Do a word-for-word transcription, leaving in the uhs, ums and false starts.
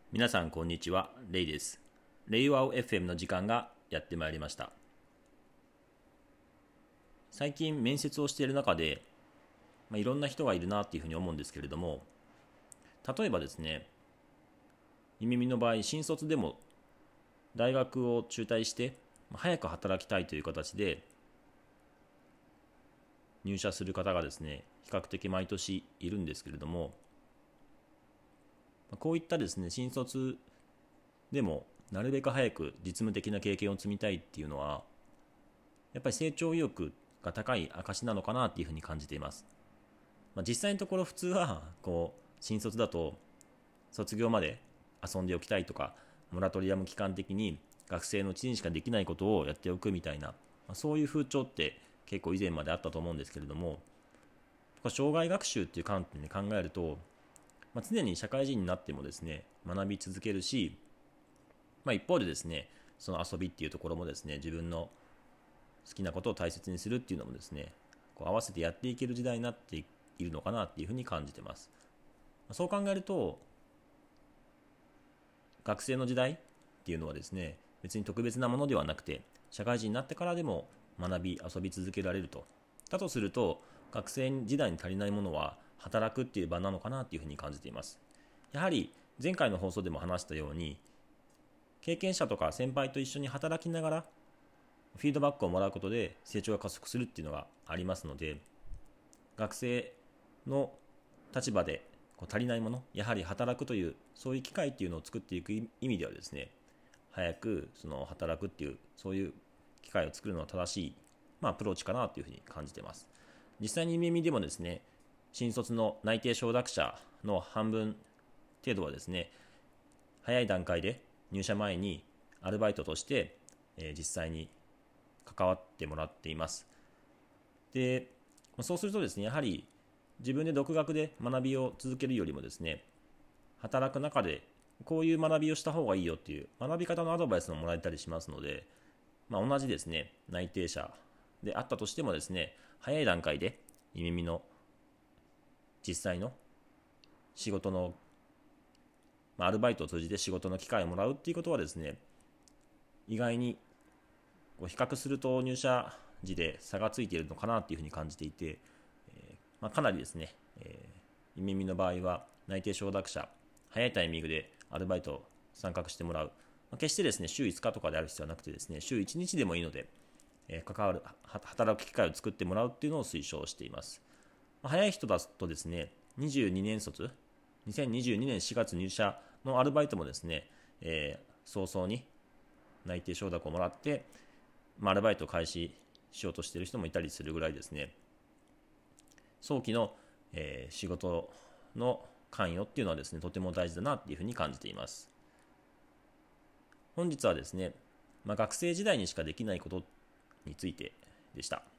皆さんこんにちは、レイです。レイワオ エフエム の時間がやってまいりました。最近面接をしている中で、まあ、いろんな人がいるなっていうふうに思うんですけれども、例えばですね、イミミの場合、新卒でも大学を中退して早く働きたいという形で入社する方がですね、比較的毎年いるんですけれども、こういったですね、新卒でもなるべく早く実務的な経験を積みたいっていうのは、やっぱり成長意欲が高い証なのかなっていうふうに感じています。まあ、実際のところ普通はこう新卒だと卒業まで遊んでおきたいとか、モラトリアム期間的に学生のうちにしかできないことをやっておくみたいな、まあ、そういう風潮って結構以前まであったと思うんですけれども、障害学習っていう観点で考えると、まあ、常に社会人になってもですね学び続けるし、まあ、一方でですねその遊びっていうところもですね自分の好きなことを大切にするっていうのもですねこう合わせてやっていける時代になっているのかなっていうふうに感じてます。そう考えると学生の時代っていうのはですね別に特別なものではなくて、社会人になってからでも学び遊び続けられると。だとすると学生時代に足りないものは働くっていう場なのかなっていうふうに感じています。やはり前回の放送でも話したように、経験者とか先輩と一緒に働きながらフィードバックをもらうことで成長が加速するっていうのがありますので、学生の立場でこう足りないもの、やはり働くというそういう機会っていうのを作っていく意味ではですね、早くその働くっていうそういう機会を作るのは正しい、まあ、アプローチかなというふうに感じています。実際に耳でもですね、新卒の内定承諾者の半分程度はですね、早い段階で入社前にアルバイトとして、えー、実際に関わってもらっています。で、そうするとですね、やはり自分で独学で学びを続けるよりもですね、働く中でこういう学びをした方がいいよっていう学び方のアドバイスももらえたりしますので、まあ、同じですね内定者であったとしてもですね、早い段階で耳の実際の仕事の、まあ、アルバイトを通じて仕事の機会をもらうっていうことはですね、意外にこう比較すると入社時で差がついているのかなっていうふうに感じていて、えーまあ、かなりですね、えー、耳の場合は内定承諾者早いタイミングでアルバイト参画してもらう、まあ、決してですね週いつかとかである必要はなくてですね、週いちにちでもいいので、えー、関わる働く機会を作ってもらうっていうのを推奨しています。まあ、早い人だとですねにじゅうにねん卒にせんにじゅうにねんしがつ入社のアルバイトもですね、えー、早々に内定承諾をもらって、まあ、アルバイトを開始しようとしている人もいたりするぐらいですね、早期の、えー、仕事の関与っていうのはですねとても大事だなっていうふうに感じています。本日はですね、まあ、学生時代にしかできないことについてでした。